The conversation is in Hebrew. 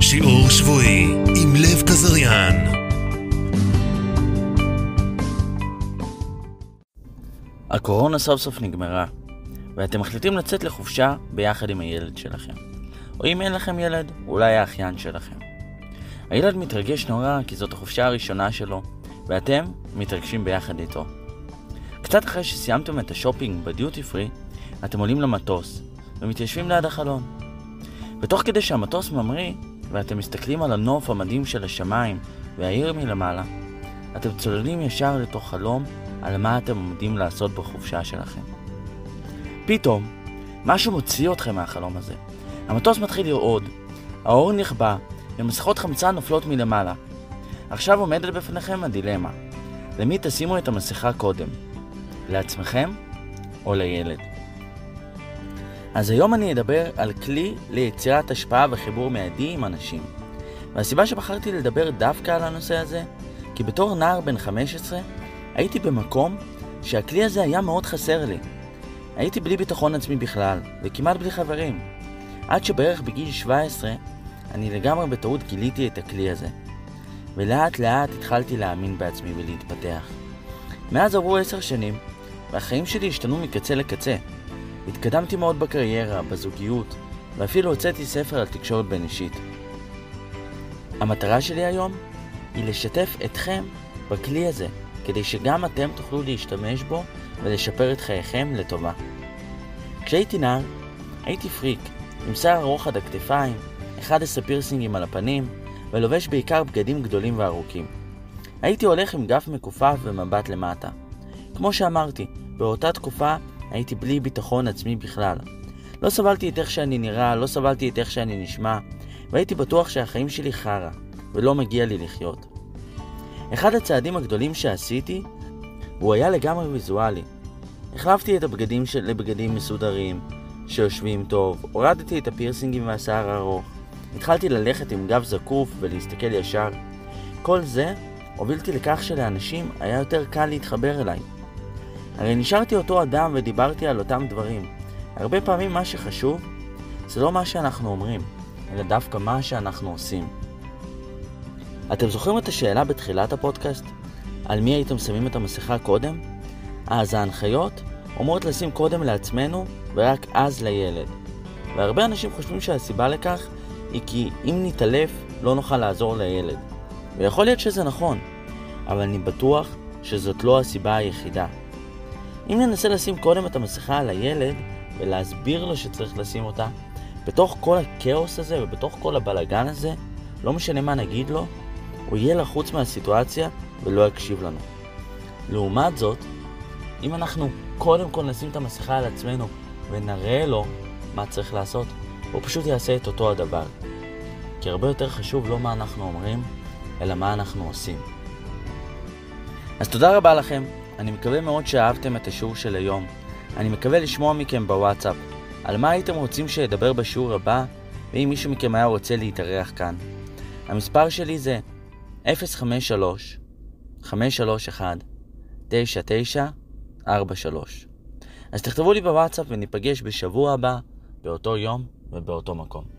שיעור שבועי עם לב קזריאן. הקורונה סוף סוף נגמרה, ואתם מחליטים לצאת לחופשה ביחד עם הילד שלכם. או אם אין לכם ילד, אולי האחיין שלכם. הילד מתרגש נורא כי זאת החופשה הראשונה שלו, ואתם מתרגשים ביחד איתו. קצת אחרי שסיימתם את השופינג בדיוטי פרי, אתם עולים למטוס, ומתיישבים ליד החלון. ותוך כדי שהמטוס ממריא, ואתם מסתכלים על הנוף המדהים של השמיים והעיר מלמעלה, אתם צוללים ישר לתוך חלום על מה אתם עומדים לעשות בחופשה שלכם. פתאום, משהו מוציא אתכם מהחלום הזה. המטוס מתחיל לרעוד, האור נכבה, ומסכות חמצן נופלות מלמעלה. עכשיו עומדת בפניכם הדילמה. למי תשימו את המסכה קודם? לעצמכם או לילד? אז היום אני אדבר על כלי ליצירת השפעה וחיבור מיידי עם אנשים. והסיבה שבחרתי לדבר דווקא על הנושא הזה, כי בתור נער בן 15, הייתי במקום שהכלי הזה היה מאוד חסר לי. הייתי בלי ביטחון עצמי בכלל, וכמעט בלי חברים. עד שבערך בגיל 17, אני לגמרי בטעות גיליתי את הכלי הזה. ולאט לאט התחלתי להאמין בעצמי ולהתפתח. מאז עברו 10 שנים, והחיים שלי השתנו מקצה לקצה. התקדמתי מאוד בקריירה, בזוגיות, ואפילו הוצאתי ספר על תקשורת בין אישית. המטרה שלי היום היא לשתף אתכם בכלי הזה, כדי שגם אתם תוכלו להשתמש בו ולשפר את חייכם לטובה. כשהייתי נער, הייתי פריק, עם שיער ארוך עד הכתפיים, 11 פירסינגים על הפנים, ולובש בעיקר בגדים גדולים וארוכים. הייתי הולך עם גף מכופף ומבט למטה. כמו שאמרתי, באותה תקופה הייתי בלי ביטחון עצמי בכלל. לא סבלתי את איך שאני נראה, לא סבלתי את איך שאני נשמע, והייתי בטוח שהחיים שלי חרה, ולא מגיע לי לחיות. אחד הצעדים הגדולים שעשיתי, הוא היה לגמרי ויזואלי. החלפתי את הבגדים לבגדים מסודרים, שיושבים טוב, הורדתי את הפירסינגים והשיער הארוך, התחלתי ללכת עם גב זקוף ולהסתכל ישר. כל זה הובילתי לכך שלאנשים היה יותר קל להתחבר אליי. הרי נשארתי אותו אדם ודיברתי על אותם דברים. הרבה פעמים מה שחשוב זה לא מה שאנחנו אומרים, אלא דווקא מה שאנחנו עושים. אתם זוכרים את השאלה בתחילת הפודקאסט? על מי הייתם שמים את המסכה קודם? אז ההנחיות אומרות לשים קודם לעצמנו ורק אז לילד. והרבה אנשים חושבים שהסיבה לכך היא כי אם נתעלף לא נוכל לעזור לילד. ויכול להיות שזה נכון, אבל אני בטוח שזאת לא הסיבה היחידה. אם ננסה לשים קודם את המסכה על הילד ולהסביר לו שצריך לשים אותה, בתוך כל הכאוס הזה ובתוך כל הבלגן הזה, לא משנה מה נגיד לו, הוא יהיה לחוץ מהסיטואציה ולא יקשיב לנו. לעומת זאת, אם אנחנו קודם כל נשים את המסכה על עצמנו ונראה לו מה צריך לעשות, הוא פשוט יעשה את אותו הדבר. כי הרבה יותר חשוב לא מה אנחנו אומרים, אלא מה אנחנו עושים. אז תודה רבה לכם. אני מקווה מאוד שאהבתם את השיעור של היום. אני מקווה לשמוע מכם בוואטסאפ על מה הייתם רוצים שידבר בשיעור הבא, ואם מישהו מכם היה רוצה להתארח כאן. המספר שלי זה 053-531-9943. אז תכתבו לי בוואטסאפ וניפגש בשבוע הבא, באותו יום ובאותו מקום.